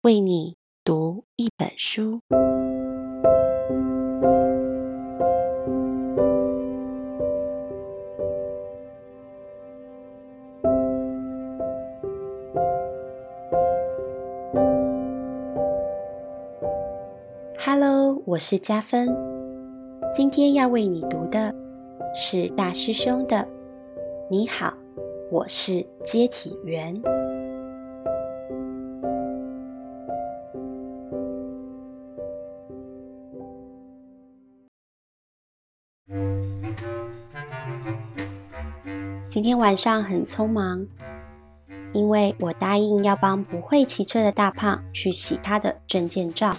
为你读一本书。Hello， 我是嘉芬，今天要为你读的是大师兄的《你好，我是接体员》。今天晚上很匆忙，因为我答应要帮不会骑车的大胖去洗他的证件照。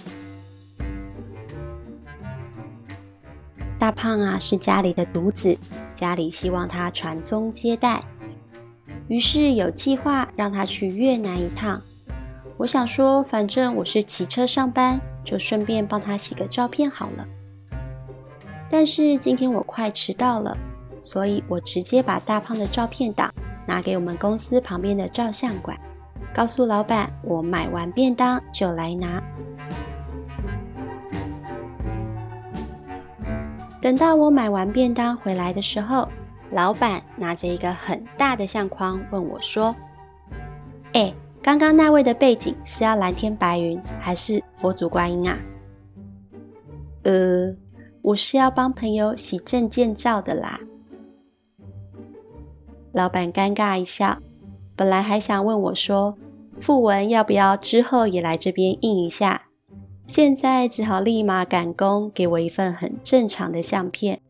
大胖啊，是家里的独子，家里希望他传宗接代，于是有计划让他去越南一趟。我想说，反正我是骑车上班，就顺便帮他洗个照片好了。但是今天我快迟到了，所以我直接把大胖的照片档拿给我们公司旁边的照相馆，告诉老板我买完便当就来拿。等到我买完便当回来的时候，老板拿着一个很大的相框问我说：刚刚那位的背景是要蓝天白云还是佛祖观音啊？我是要帮朋友洗证件照的啦。老板尴尬一笑，本来还想问我说，讣文要不要之后也来这边印一下，现在只好立马赶工，给我一份很正常的相片。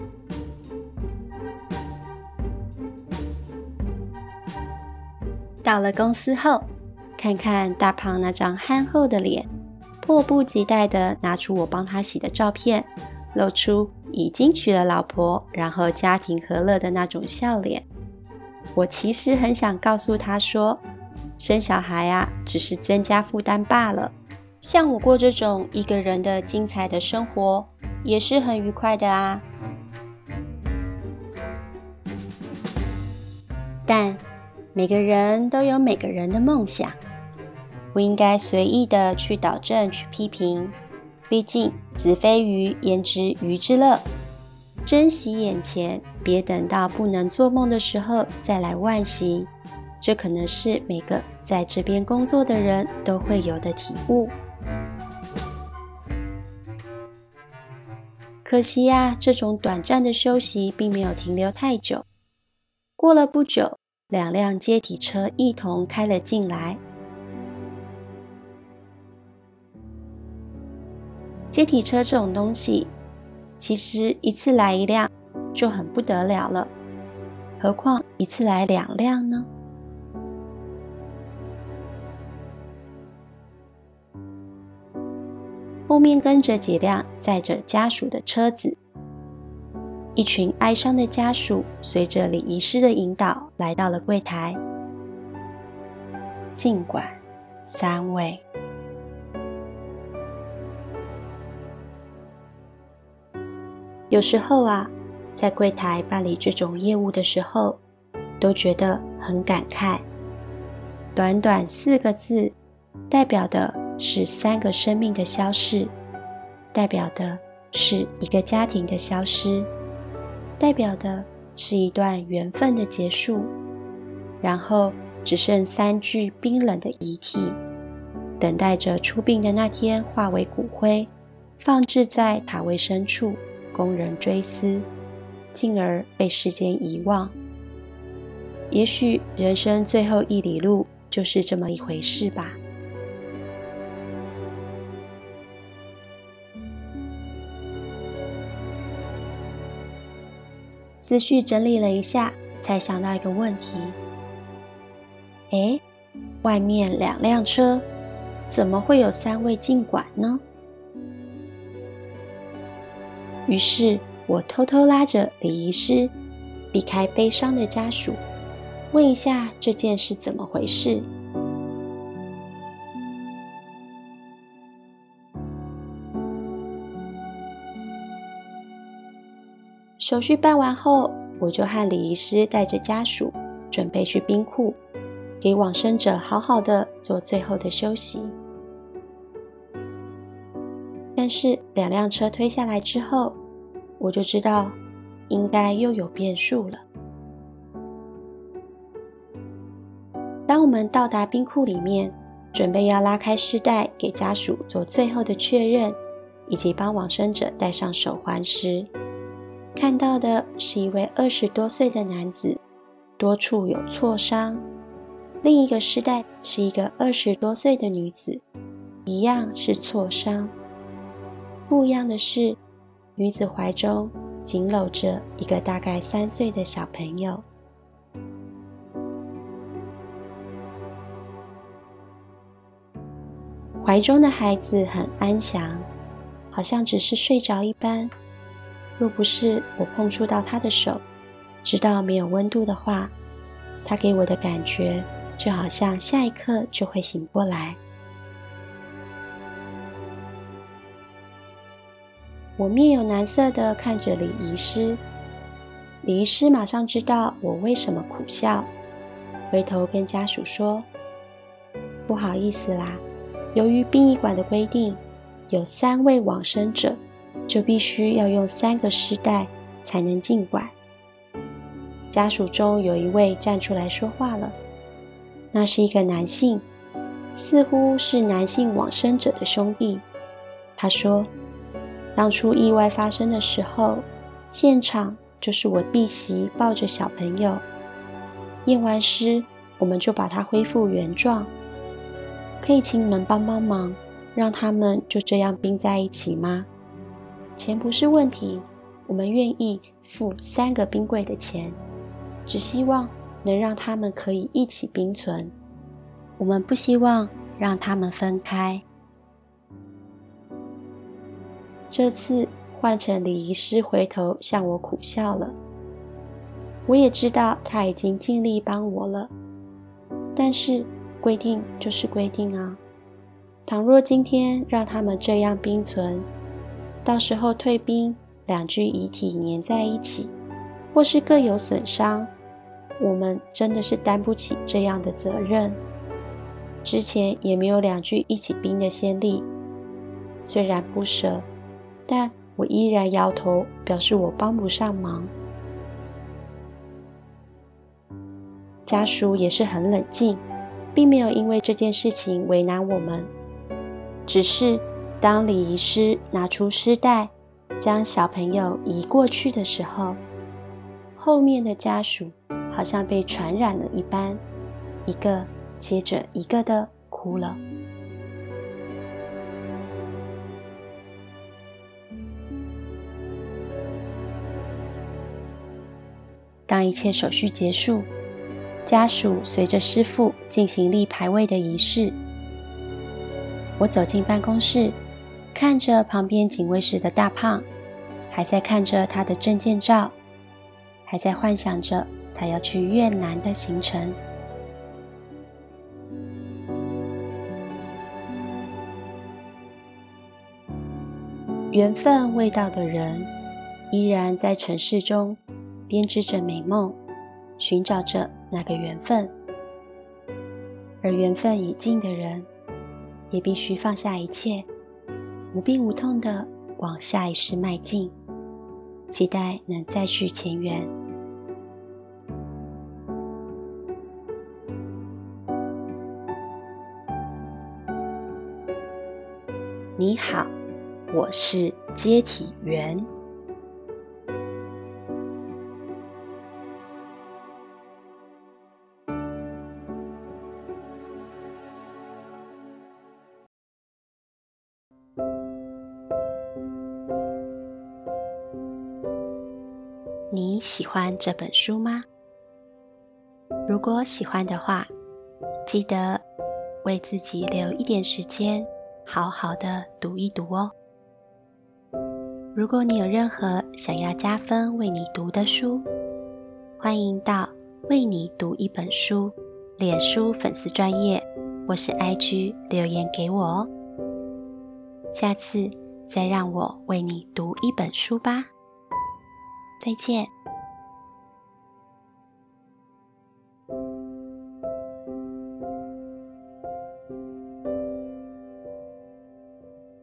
到了公司后，看看大胖那张憨厚的脸，迫不及待地拿出我帮他洗的照片，露出已经娶了老婆，然后家庭和乐的那种笑脸。我其实很想告诉他说，生小孩啊，只是增加负担罢了。像我过这种一个人的精彩的生活，也是很愉快的啊。但每个人都有每个人的梦想，不应该随意的去导正、去批评。毕竟子非鱼，焉知鱼之乐？珍惜眼前，别等到不能做梦的时候再来惋惜。这可能是每个在这边工作的人都会有的体悟。可惜啊，这种短暂的休息并没有停留太久。过了不久，2辆接体车一同开了进来。接体车这种东西，其实一次来1辆就很不得了了，何况一次来2辆呢？后面跟着几辆载着家属的车子，一群哀伤的家属随着礼仪师的引导来到了柜台。尽管3位。有时候啊，在柜台办理这种业务的时候，都觉得很感慨。短短4个字，代表的是3个生命的消逝，代表的是一个家庭的消失，代表的是一段缘分的结束，然后只剩3具冰冷的遗体，等待着出殡的那天化为骨灰，放置在塔位深处，供人追思，进而被世间遗忘。也许人生最后1里路就是这么一回事吧。思绪整理了一下，才想到一个问题。外面2辆车，怎么会有3位进馆呢？于是我偷偷拉着礼仪师，避开悲伤的家属，问一下这件事怎么回事。手续办完后，我就和礼仪师带着家属准备去冰库，给往生者好好的做最后的休息。 但是2辆车推下来之后，我就知道应该又有变数了。当我们到达冰库里面，准备要拉开尸袋给家属做最后的确认，以及帮往生者戴上手环时，看到的是一位20多岁的男子，多处有挫伤。另一个尸袋是一个20多岁的女子，一样是挫伤。不一样的是，女子怀中紧搂着一个大概3岁的小朋友。怀中的孩子很安详，好像只是睡着一般。若不是我碰触到他的手，知道没有温度的话，他给我的感觉就好像下一刻就会醒过来。我面有难色地看着礼仪师，礼仪师马上知道我为什么苦笑，回头跟家属说：不好意思啦，由于殡仪馆的规定，有3位往生者，就必须要用3个尸袋才能进馆。家属中有一位站出来说话了，那是一个男性，似乎是男性往生者的兄弟。他说，当初意外发生的时候，现场就是我弟媳抱着小朋友，验完尸我们就把它恢复原状。可以请你们帮忙，让他们就这样冰在一起吗？钱不是问题，我们愿意付3个冰柜的钱，只希望能让他们可以一起冰存，我们不希望让他们分开。这次换成礼仪师回头向我苦笑了。我也知道他已经尽力帮我了，但是规定就是规定啊。倘若今天让他们这样冰存，到时候退冰，2具遗体粘在一起，或是各有损伤，我们真的是担不起这样的责任。之前也没有2具一起冰的先例，虽然不舍，但我依然摇头，表示我帮不上忙。家属也是很冷静，并没有因为这件事情为难我们，只是当礼仪师拿出尸袋将小朋友移过去的时候，后面的家属好像被传染了一般，一个接着一个的哭了。当一切手续结束，家属随着师父进行立牌位的仪式。我走进办公室，看着旁边警卫室的大胖，还在看着他的证件照，还在幻想着他要去越南的行程。缘分未到的人，依然在尘世中编织着美梦，寻找着那个缘分。而缘分已尽的人，也必须放下一切，无病无痛地往下一世迈进，期待能再续前缘。你好，我是接体员。你喜欢这本书吗？如果喜欢的话，记得为自己留一点时间，好好的读一读哦。如果你有任何想要加分为你读的书，欢迎到为你读一本书脸书粉丝专页或是 IG 留言给我哦。下次再让我为你读一本书吧。再见。